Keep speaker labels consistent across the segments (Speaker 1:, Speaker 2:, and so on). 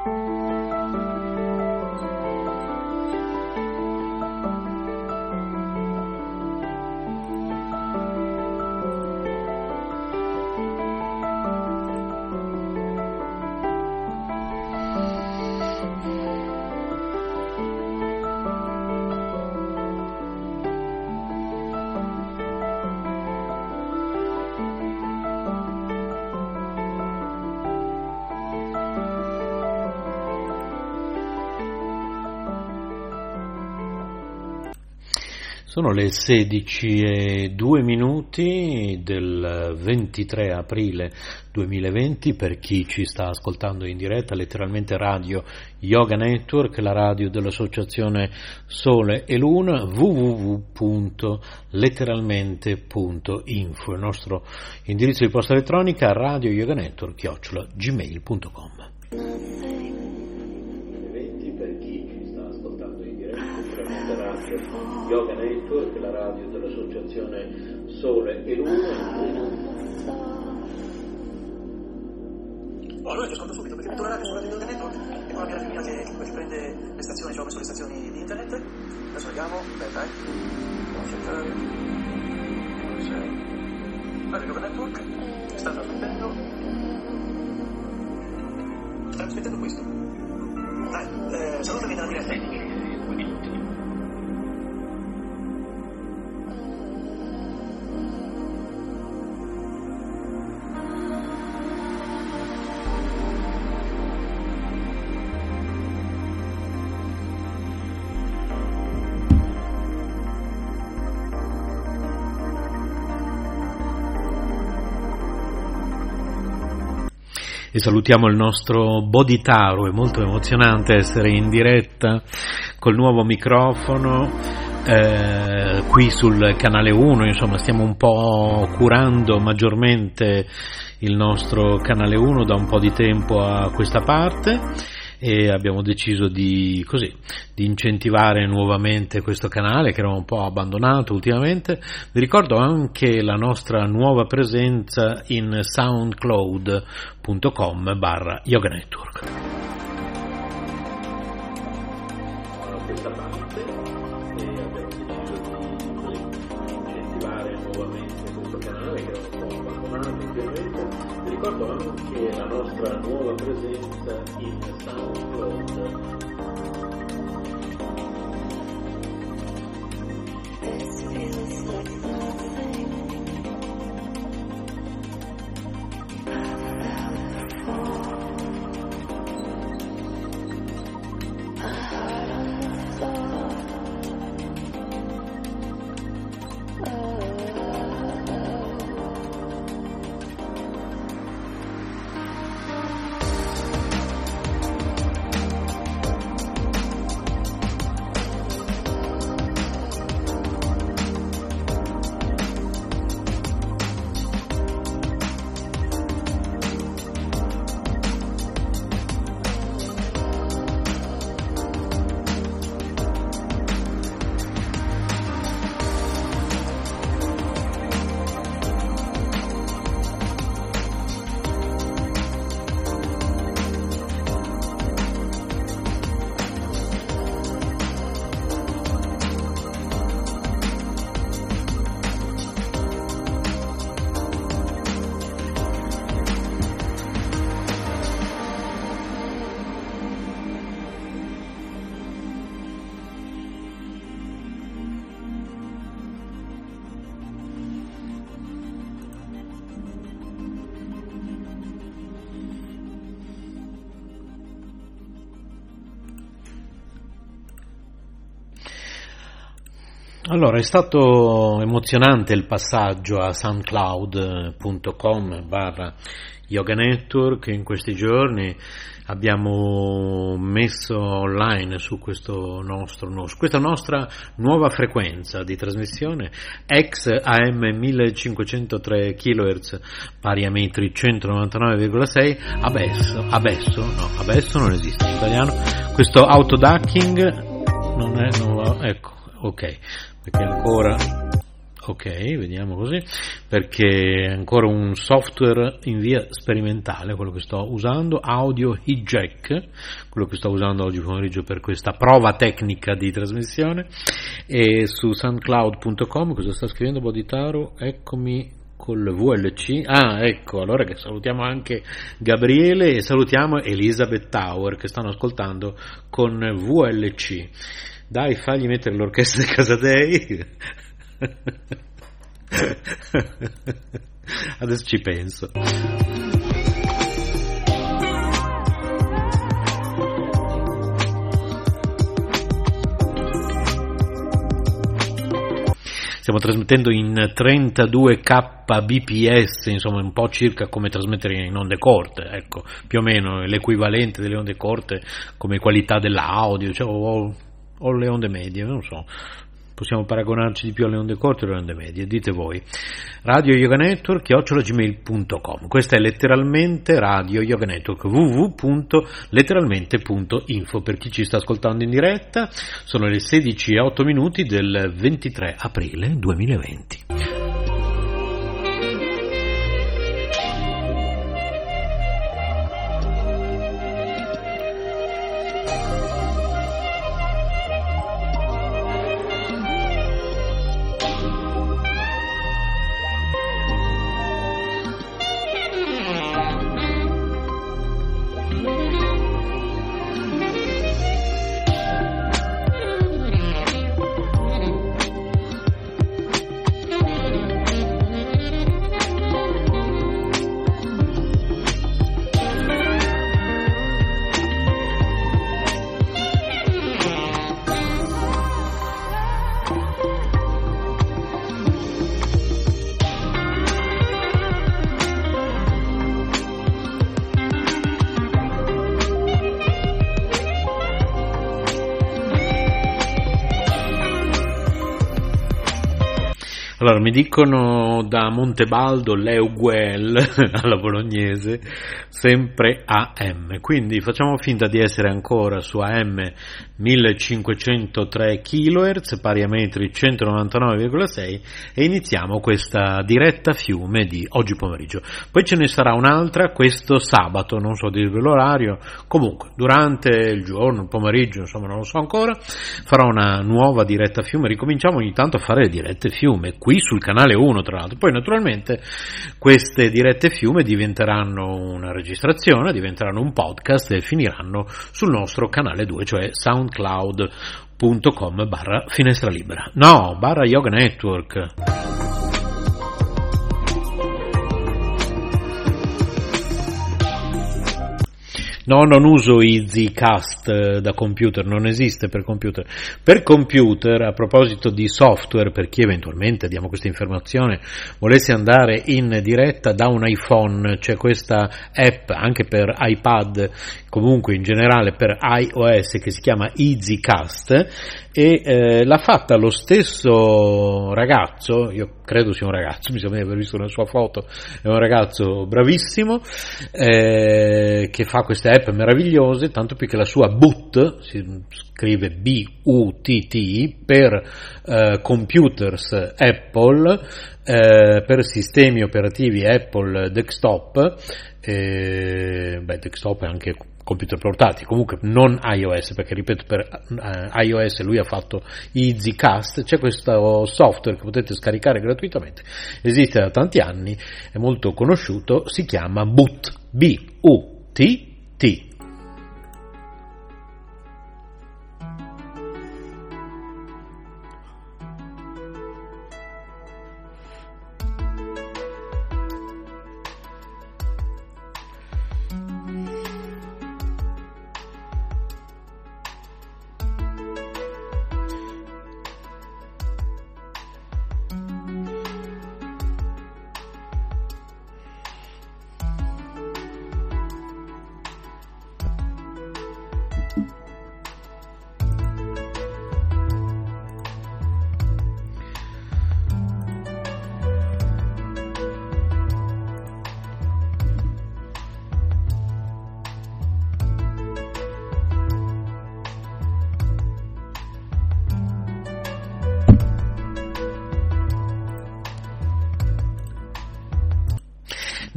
Speaker 1: Sono le 16:02 del 23 aprile 2020 per chi ci sta ascoltando in diretta, letteralmente Radio Yoga Network, la radio dell'associazione Sole e Luna, www.letteralmente.info, il nostro indirizzo di posta elettronica radioyoganetwork@gmail.com. Yoga Network, la radio dell'associazione Sole e Luna.
Speaker 2: Allora ti ascolto subito perché metto la radio sulla radio Yoga Network e con la mia figlia che riprende le stazioni, ci ho messo le stazioni di internet. Adesso vediamo, dai, concentrare. Radio Yoga Network sta trasmettendo questo. Dai, salutami dalla diretta.
Speaker 1: E salutiamo il nostro Bodhitaro, è molto emozionante essere in diretta col nuovo microfono qui sul canale 1, insomma stiamo un po' curando maggiormente il nostro canale 1 da un po' di tempo a questa parte e abbiamo deciso di incentivare nuovamente questo canale che era un po' abbandonato ultimamente. Vi ricordo anche la nostra nuova presenza in soundcloud.com/Yoga Network. Questa parte abbiamo deciso di incentivare nuovamente questo canale che era un po' abbandonato ultimamente. Vi ricordo anche la nostra nuova presenza in Allora, è stato emozionante il passaggio a soundcloud.com/Yoga Network. In questi giorni abbiamo messo online su questa nostra nuova frequenza di trasmissione XAM 1503 kHz pari a metri 199,6. Adesso non esiste in italiano. Questo autoducking ecco, ok, perché ancora ok, vediamo così, perché è ancora un software in via sperimentale, quello che sto usando, Audio Hijack, quello che sto usando oggi pomeriggio per questa prova tecnica di trasmissione, e su soundcloud.com, cosa sta scrivendo Bodhitaru? Eccomi col VLC, ecco, allora che salutiamo anche Gabriele e salutiamo Elizabeth Tower che stanno ascoltando con VLC. Dai, fagli mettere l'orchestra di Casadei. Adesso ci penso. Stiamo trasmettendo in 32 kbps, insomma un po' circa come trasmettere in onde corte, ecco, più o meno l'equivalente delle onde corte come qualità dell'audio, cioè, o le onde medie, non so, possiamo paragonarci di più alle onde corte o alle onde medie, dite voi. Radio Yoga Network @gmail.com, questa è letteralmente Radio Yoga Network, www.letteralmente.info per chi ci sta ascoltando in diretta. Sono le 16:08 del 23 aprile 2020. Allora, mi dicono da Montebaldo, Leuguel, alla bolognese, sempre AM, quindi facciamo finta di essere ancora su AM 1503 kHz, pari a metri 199,6, e iniziamo questa diretta fiume di oggi pomeriggio. Poi ce ne sarà un'altra questo sabato, non so dirvi l'orario, comunque durante il giorno, il pomeriggio, insomma non lo so ancora, farò una nuova diretta fiume, ricominciamo ogni tanto a fare le dirette fiume, qui sul canale 1 tra l'altro, poi naturalmente queste dirette fiume diventeranno una registrazione, diventeranno un podcast e finiranno sul nostro canale 2, cioè soundcloud.com/finestra libera, no, /yoga network. No, non uso EasyCast da computer, non esiste per computer. Per computer, a proposito di software, per chi eventualmente, diamo questa informazione, volesse andare in diretta da un iPhone, c'è questa app anche per iPad, comunque in generale per iOS, che si chiama EasyCast, e l'ha fatta lo stesso ragazzo, io credo sia un ragazzo, mi sembra di aver visto una sua foto, è un ragazzo bravissimo, che fa queste app meravigliose, tanto più che la sua boot, si scrive BUTT, per computers Apple, per sistemi operativi Apple desktop, desktop è anche computer portatili, comunque non iOS, perché ripeto, per iOS lui ha fatto EasyCast, c'è questo software che potete scaricare gratuitamente, esiste da tanti anni, è molto conosciuto, si chiama BUTT, BUTT.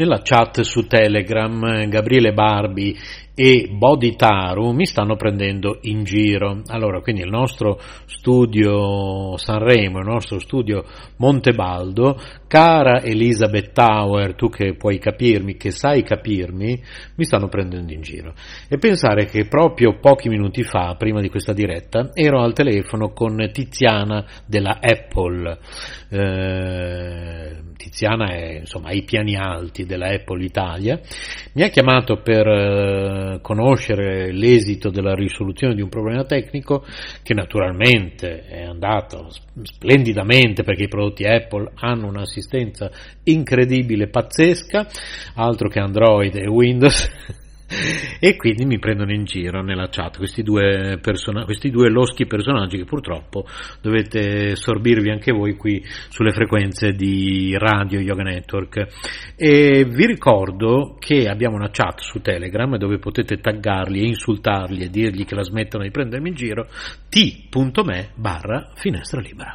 Speaker 1: Nella chat su Telegram Gabriele Barbi e Bodhitaru mi stanno prendendo in giro. Allora, quindi il nostro studio Sanremo, il nostro studio Montebaldo, cara Elizabeth Tower, tu che puoi capirmi, che sai capirmi, mi stanno prendendo in giro. E pensare che proprio pochi minuti fa, prima di questa diretta, ero al telefono con Tiziana della Apple. Tiziana è insomma ai piani alti della Apple Italia, mi ha chiamato per conoscere l'esito della risoluzione di un problema tecnico che naturalmente è andato splendidamente, perché i prodotti Apple hanno un'assistenza incredibile, pazzesca, altro che Android e Windows. E quindi mi prendono in giro nella chat questi due loschi personaggi che purtroppo dovete sorbirvi anche voi qui sulle frequenze di Radio Yoga Network. E vi ricordo che abbiamo una chat su Telegram dove potete taggarli e insultarli e dirgli che la smettono di prendermi in giro, t.me/finestra libera.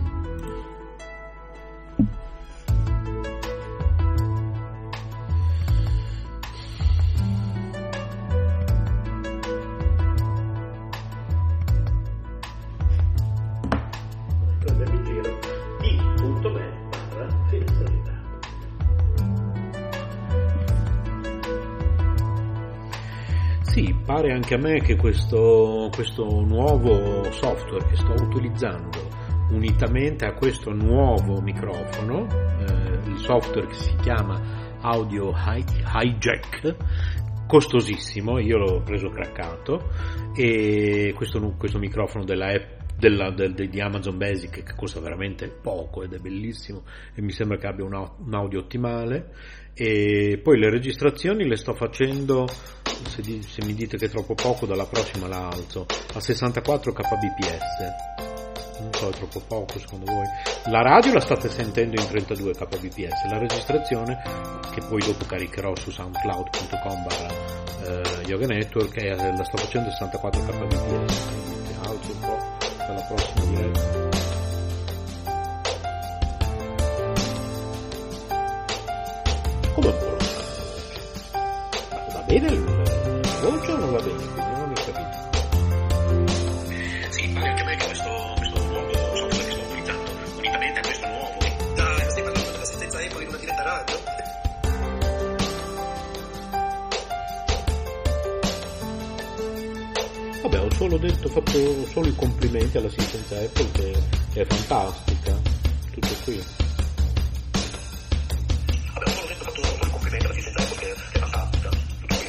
Speaker 1: Sì, pare anche a me che questo nuovo software che sto utilizzando unitamente a questo nuovo microfono, il software che si chiama Audio Hijack, costosissimo, io l'ho preso craccato, e questo microfono della app di Amazon Basic, che costa veramente poco ed è bellissimo e mi sembra che abbia un audio ottimale. E poi le registrazioni le sto facendo, se mi dite che è troppo poco, dalla prossima la alzo a 64 kbps. Non so, è troppo poco secondo voi? La radio la state sentendo in 32 kbps, la registrazione, che poi dopo caricherò su soundcloud.com/yoga network, la sto facendo a 64 kbps. Alzo un po' dalla prossima diretta. Come un po' va bene la voce o non va bene? Quindi non ho capito. Sì, pare anche a me che questo nuovo software che sto utilizzando unitamente a questo nuovo.
Speaker 2: Dai, stai parlando dell'assistenza Apple in una diretta radio?
Speaker 1: Vabbè, ho fatto solo i complimenti all'assistenza Apple, che è fantastica. Tutto qui.
Speaker 2: Vabbè, ho solo fatto i complimenti all'assistenza Apple, che è fantastica. Tutto qui.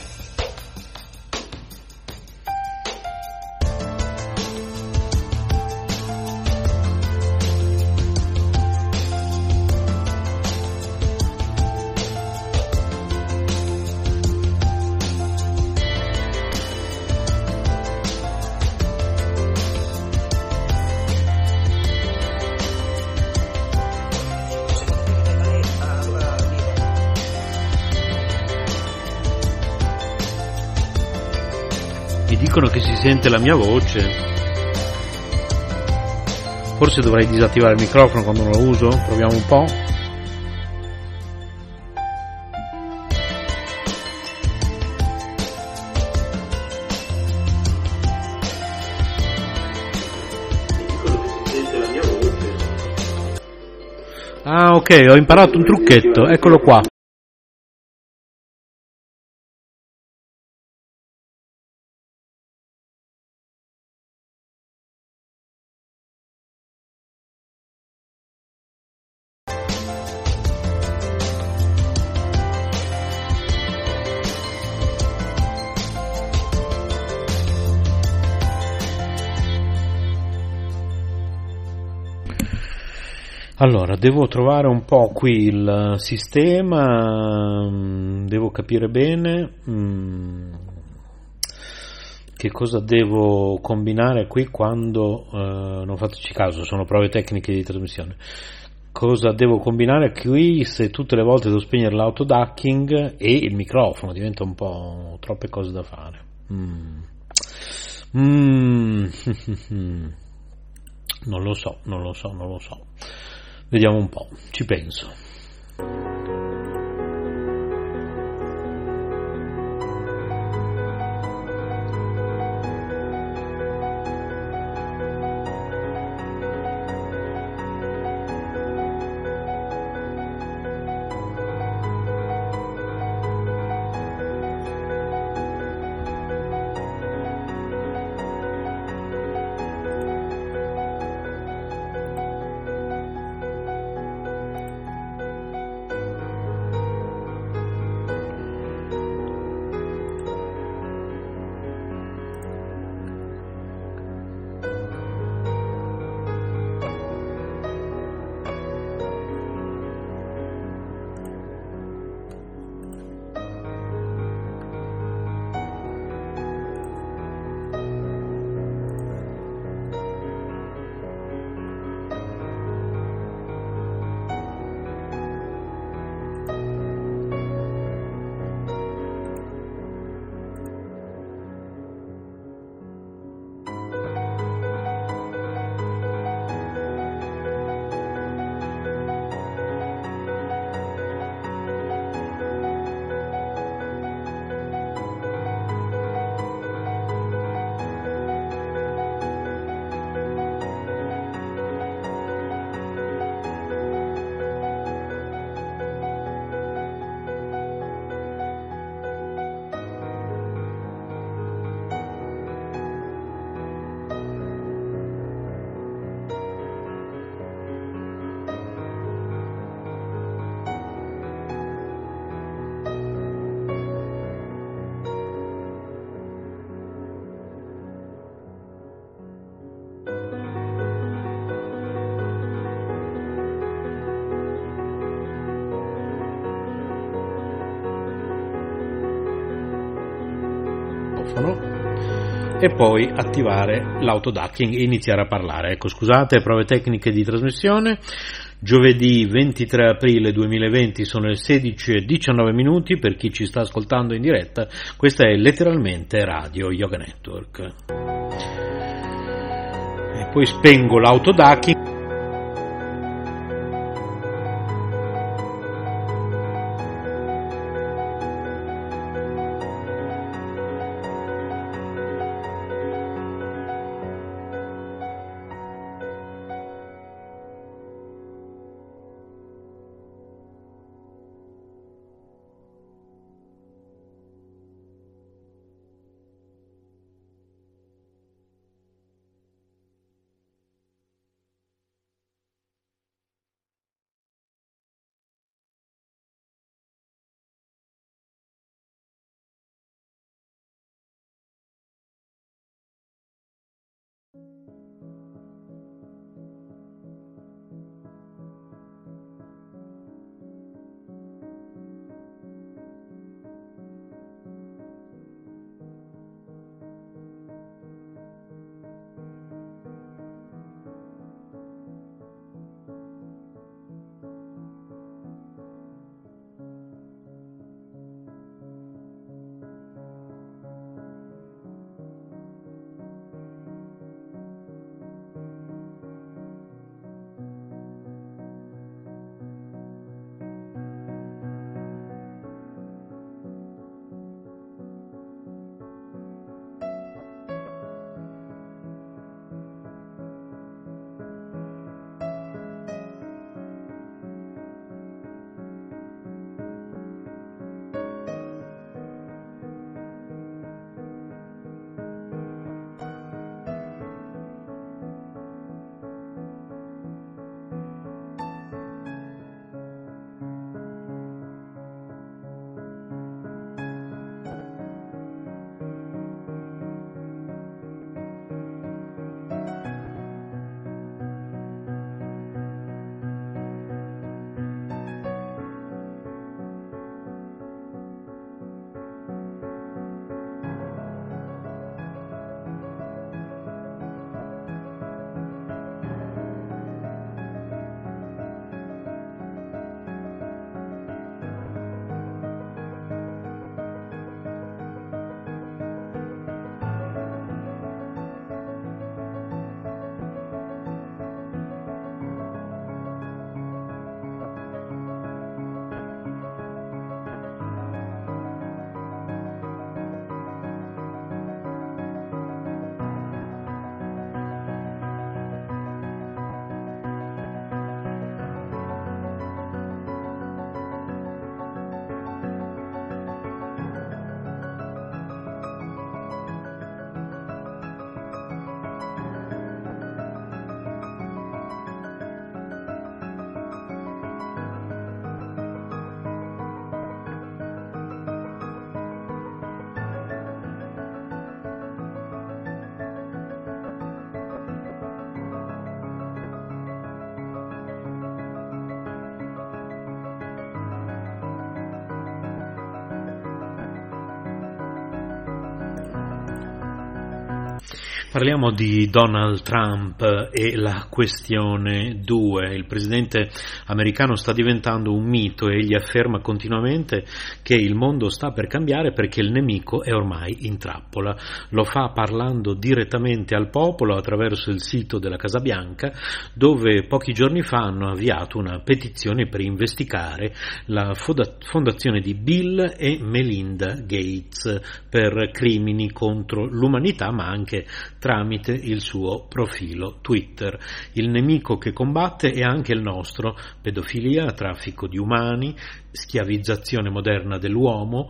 Speaker 1: Dicono che si sente la mia voce. Forse dovrei disattivare il microfono quando lo uso. Proviamo un po'. Dicono che si sente la mia voce. Ah, ok, ho imparato un trucchetto. Eccolo qua. Allora, devo trovare un po' qui il sistema, devo capire bene che cosa devo combinare qui quando, non fateci caso, sono prove tecniche di trasmissione, cosa devo combinare qui se tutte le volte devo spegnere l'autoducking e il microfono, diventa un po' troppe cose da fare. Non lo so. Vediamo un po', ci penso. microfono e poi attivare l'autoducking e iniziare a parlare. Ecco, scusate, prove tecniche di trasmissione. Giovedì 23 aprile 2020 sono le 16:19 per chi ci sta ascoltando in diretta. Questa è letteralmente Radio Yoga Network. E poi spengo l'autoducking. Parliamo di Donald Trump e la questione 2. Il presidente americano sta diventando un mito e egli afferma continuamente che il mondo sta per cambiare perché il nemico è ormai in trappola. Lo fa parlando direttamente al popolo attraverso il sito della Casa Bianca, dove pochi giorni fa hanno avviato una petizione per investigare la fondazione di Bill e Melinda Gates per crimini contro l'umanità, ma anche tramite il suo profilo Twitter. Il nemico che combatte è anche il nostro: pedofilia, traffico di umani, schiavizzazione moderna dell'uomo,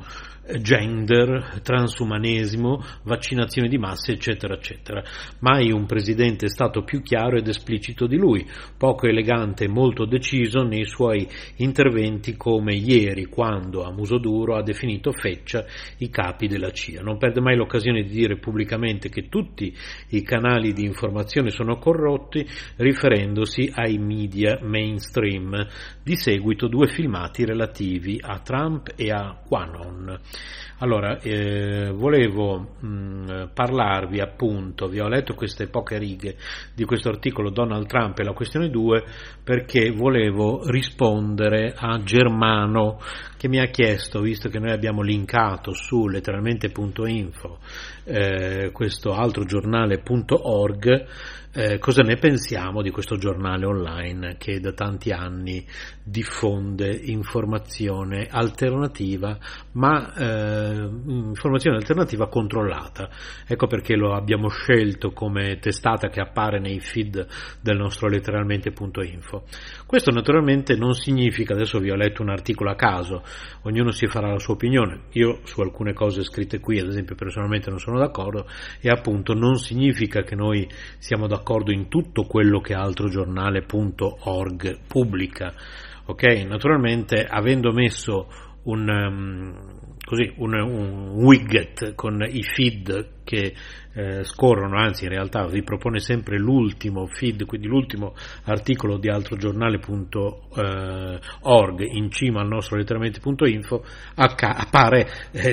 Speaker 1: gender, transumanesimo, vaccinazione di massa, eccetera, eccetera. Mai un presidente è stato più chiaro ed esplicito di lui, poco elegante e molto deciso nei suoi interventi, come ieri, quando a muso duro ha definito feccia i capi della CIA. Non perde mai l'occasione di dire pubblicamente che tutti i canali di informazione sono corrotti, riferendosi ai media mainstream. Di seguito 2 filmati relativi relativi a Trump e a QAnon. Allora, volevo parlarvi appunto, vi ho letto queste poche righe di questo articolo Donald Trump e la questione 2 perché volevo rispondere a Germano che mi ha chiesto, visto che noi abbiamo linkato su letteralmente.info questo altro giornale.org, cosa ne pensiamo di questo giornale online che da tanti anni diffonde informazione alternativa, ma informazione alternativa controllata. Ecco perché lo abbiamo scelto come testata che appare nei feed del nostro letteralmente.info. Questo naturalmente non significa, adesso vi ho letto un articolo a caso, ognuno si farà la sua opinione, io su alcune cose scritte qui ad esempio personalmente non sono d'accordo, e appunto non significa che noi siamo d'accordo in tutto quello che altrogiornale.org pubblica, ok? Naturalmente, avendo messo un widget con i feed che scorrono, anzi in realtà vi propone sempre l'ultimo feed, quindi l'ultimo articolo di altrogiornale.org in cima al nostro letteralmente.info appare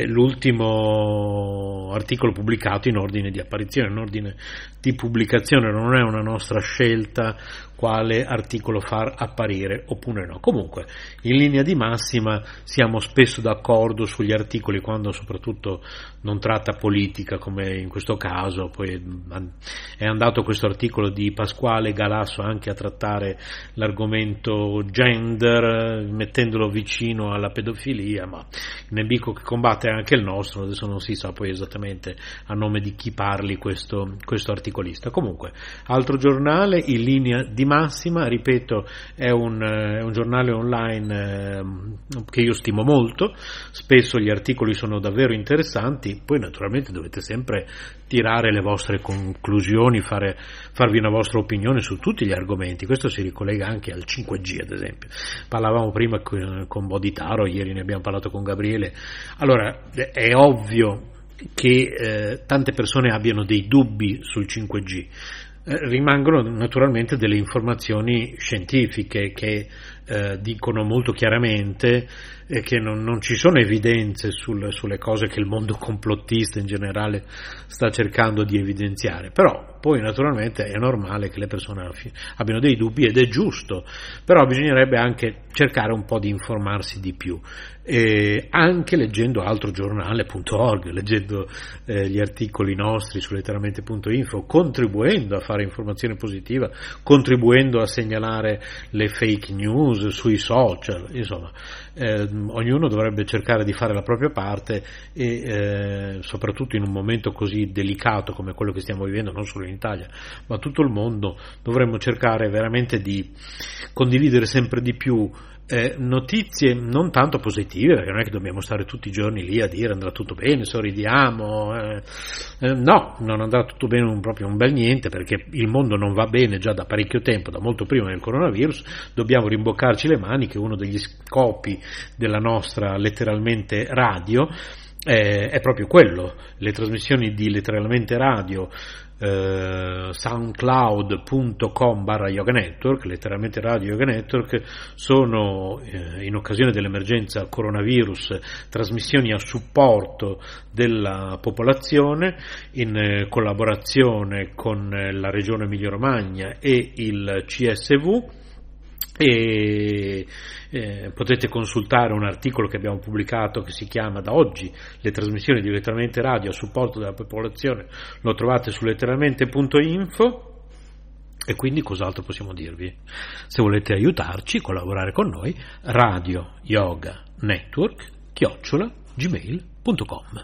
Speaker 1: l'ultimo articolo pubblicato in ordine di apparizione, in ordine di pubblicazione. Non è una nostra scelta quale articolo far apparire oppure no. Comunque, in linea di massima siamo spesso d'accordo sugli articoli quando soprattutto non tratta politica, come in questo caso. Poi è andato questo articolo di Pasquale Galasso anche a trattare l'argomento gender, mettendolo vicino alla pedofilia, ma il nemico che combatte è anche il nostro, adesso non si sa poi esattamente a nome di chi parli questo articolista. Comunque, altro giornale in linea di massima, ripeto, è un giornale online che io stimo molto, spesso gli articoli sono davvero interessanti, poi naturalmente dovete sempre tirare le vostre conclusioni, farvi una vostra opinione su tutti gli argomenti. Questo si ricollega anche al 5G ad esempio, parlavamo prima con Boditaro, ieri ne abbiamo parlato con Gabriele. Allora è ovvio che tante persone abbiano dei dubbi sul 5G, rimangono naturalmente delle informazioni scientifiche che dicono molto chiaramente che non ci sono evidenze sulle cose che il mondo complottista in generale sta cercando di evidenziare, però poi naturalmente è normale che le persone abbiano dei dubbi ed è giusto, però bisognerebbe anche cercare un po' di informarsi di più, anche leggendo altrogiornale.org, leggendo gli articoli nostri su letteralmente.info, contribuendo a fare informazione positiva, contribuendo a segnalare le fake news sui social, insomma ognuno dovrebbe cercare di fare la propria parte e soprattutto in un momento così delicato come quello che stiamo vivendo, non solo in Italia ma tutto il mondo, dovremmo cercare veramente di condividere sempre di più notizie non tanto positive, perché non è che dobbiamo stare tutti i giorni lì a dire andrà tutto bene, sorridiamo, no, non andrà tutto bene proprio un bel niente, perché il mondo non va bene già da parecchio tempo, da molto prima del coronavirus. Dobbiamo rimboccarci le maniche. Uno degli scopi della nostra letteralmente radio è proprio quello, le trasmissioni di letteralmente radio, soundcloud.com/yoga network, letteralmente radio yoga network, sono in occasione dell'emergenza coronavirus trasmissioni a supporto della popolazione in collaborazione con la regione Emilia Romagna e il CSV. E potete consultare un articolo che abbiamo pubblicato che si chiama da oggi le trasmissioni di letteralmente radio a supporto della popolazione, lo trovate su letteralmente.info. E quindi cos'altro possiamo dirvi? Se volete aiutarci, collaborare con noi, Radio Yoga Network @gmail.com.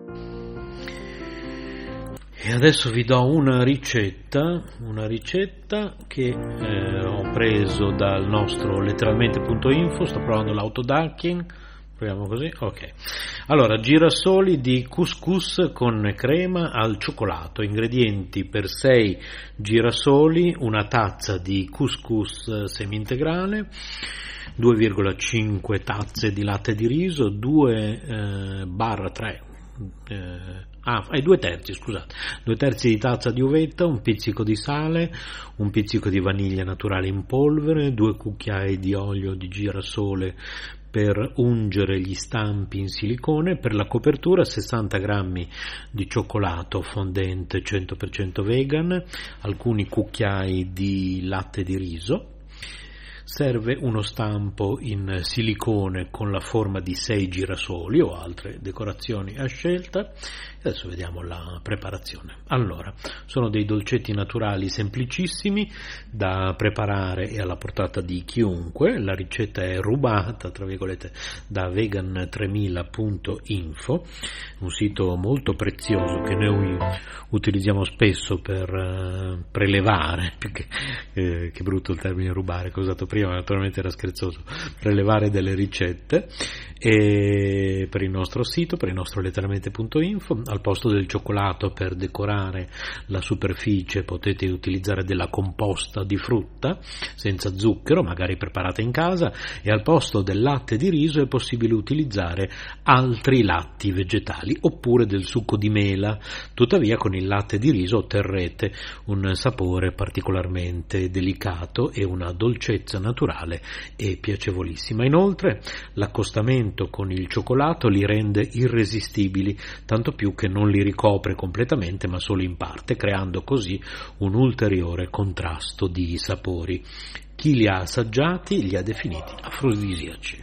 Speaker 1: E adesso vi do una ricetta che ho preso dal nostro letteralmente.info. Sto provando l'autodunking, proviamo così, ok. Allora, girasoli di couscous con crema al cioccolato. Ingredienti: per 6 girasoli, una tazza di couscous semi-integrale, 2,5 tazze di latte di riso, 2/3 2 terzi di tazza di uvetta, un pizzico di sale, un pizzico di vaniglia naturale in polvere, 2 cucchiai di olio di girasole per ungere gli stampi in silicone, per la copertura 60 grammi di cioccolato fondente 100% vegan, alcuni cucchiai di latte di riso. Serve uno stampo in silicone con la forma di 6 girasoli o altre decorazioni a scelta. Adesso vediamo la preparazione. Allora, sono dei dolcetti naturali semplicissimi da preparare e alla portata di chiunque. La ricetta è rubata, tra virgolette, da vegan3000.info, un sito molto prezioso che noi utilizziamo spesso per prelevare, che brutto il termine rubare che ho usato prima, naturalmente era scherzoso, prelevare delle ricette, e per il nostro sito, per il nostro letteralmente.info. Al posto del cioccolato per decorare la superficie potete utilizzare della composta di frutta senza zucchero, magari preparata in casa, e al posto del latte di riso è possibile utilizzare altri latti vegetali oppure del succo di mela. Tuttavia con il latte di riso otterrete un sapore particolarmente delicato e una dolcezza naturale e piacevolissima. Inoltre l'accostamento con il cioccolato li rende irresistibili, tanto più che non li ricopre completamente ma solo in parte, creando così un ulteriore contrasto di sapori. Chi li ha assaggiati li ha definiti afrodisiaci.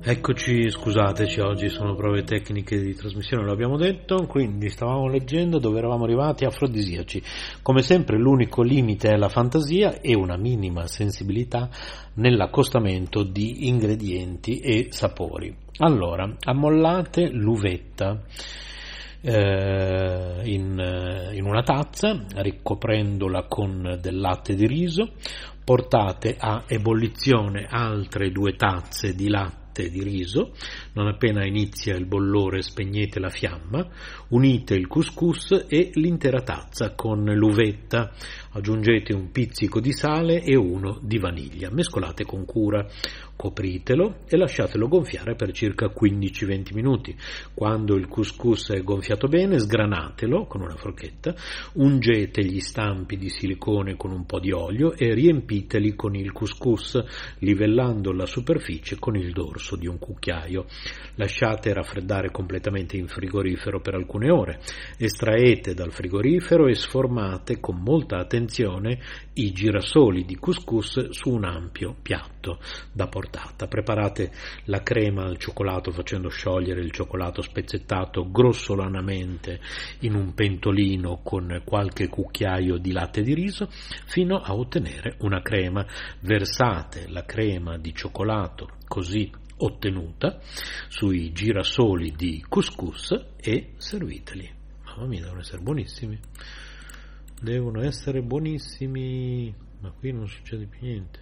Speaker 1: Eccoci, scusateci, oggi sono prove tecniche di trasmissione, lo abbiamo detto, quindi stavamo leggendo dove eravamo arrivati, afrodisiaci. Come sempre l'unico limite è la fantasia e una minima sensibilità nell'accostamento di ingredienti e sapori. Allora, ammollate l'uvetta in una tazza, ricoprendola con del latte di riso, portate a ebollizione altre 2 tazze di latte di riso, non appena inizia il bollore spegnete la fiamma, unite il couscous e l'intera tazza con l'uvetta, aggiungete un pizzico di sale e uno di vaniglia, mescolate con cura, copritelo e lasciatelo gonfiare per circa 15-20 minuti. Quando il couscous è gonfiato bene, sgranatelo con una forchetta, ungete gli stampi di silicone con un po' di olio e riempiteli con il couscous, livellando la superficie con il dorso di un cucchiaio. Lasciate raffreddare completamente in frigorifero per alcune ore, estraete dal frigorifero e sformate con molta attenzione i girasoli di couscous su un ampio piatto da portata. Preparate la crema al cioccolato facendo sciogliere il cioccolato spezzettato grossolanamente in un pentolino con qualche cucchiaio di latte di riso fino a ottenere una crema. Versate la crema di cioccolato così ottenuta sui girasoli di couscous e serviteli. Mamma mia, devono essere buonissimi. Devono essere buonissimi, ma qui non succede più niente.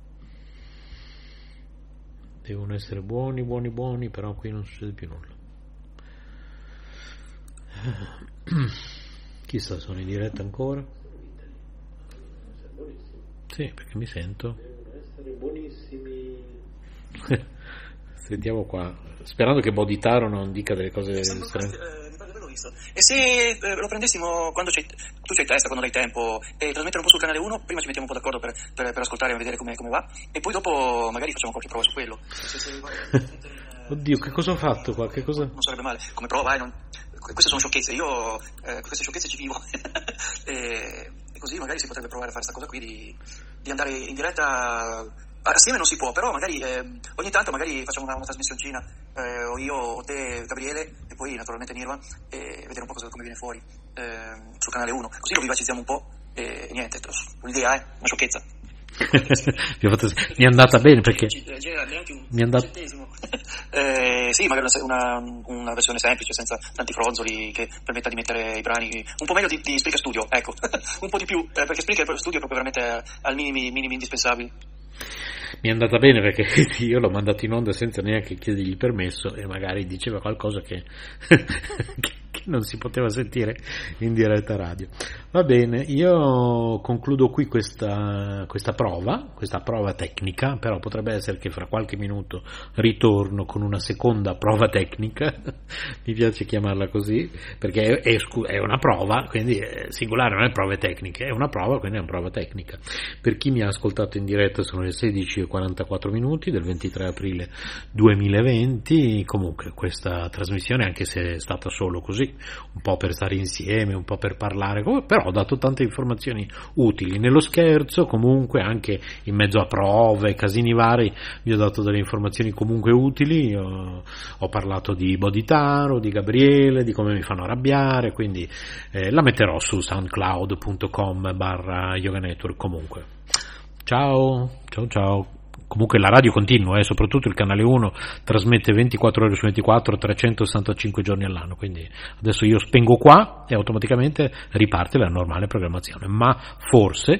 Speaker 1: Devono essere buoni, però qui non succede più nulla. Chissà, sono in diretta ancora? Sì, perché mi sento. Devono essere buonissimi. Sentiamo qua, sperando che Boditaro non dica delle cose strane.
Speaker 2: E se lo prendessimo quando tu c'hai testa, quando hai tempo, e trasmettere un po' sul canale 1, prima ci mettiamo un po' d'accordo per ascoltare e vedere come va, e poi dopo magari facciamo qualche prova su quello.
Speaker 1: Oddio, che cosa ho fatto qua? Che cosa?
Speaker 2: Non sarebbe male, come prova, queste sono sciocchezze, io queste sciocchezze ci vivo. e così magari si potrebbe provare a fare questa cosa qui di andare in diretta. Assieme non si può, però magari ogni tanto magari facciamo una trasmissioncina, o io o te, Gabriele, e poi naturalmente Nirva, e vedere un po' come viene fuori sul canale 1, così lo vivacizziamo un po' e niente, l'idea è una sciocchezza.
Speaker 1: Mi è andata bene perché
Speaker 2: mi è andata sì, magari una versione semplice senza tanti fronzoli che permetta di mettere i brani un po' meglio di Spreaker Studio, ecco. Un po' di più, perché Spreaker Studio è proprio veramente al minimi indispensabili.
Speaker 1: Mi è andata bene perché io l'ho mandato in onda senza neanche chiedergli il permesso e magari diceva qualcosa che non si poteva sentire in diretta radio. Va bene, io concludo qui questa prova tecnica, però potrebbe essere che fra qualche minuto ritorno con una seconda prova tecnica, mi piace chiamarla così, perché è una prova, quindi è singolare, non è prove tecniche, è una prova, quindi è una prova tecnica. Per chi mi ha ascoltato in diretta sono le 16:44 minuti del 23 aprile 2020, comunque questa trasmissione, anche se è stata solo così, un po' per stare insieme, un po' per parlare, però ho dato tante informazioni utili, nello scherzo comunque, anche in mezzo a prove, casini vari, vi ho dato delle informazioni comunque utili, ho parlato di Boditaro, di Gabriele, di come mi fanno arrabbiare, quindi la metterò su soundcloud.com/yoga network comunque. Ciao. Comunque la radio continua, soprattutto il canale 1 trasmette 24 ore su 24, 365 giorni all'anno, quindi adesso io spengo qua e automaticamente riparte la normale programmazione, ma forse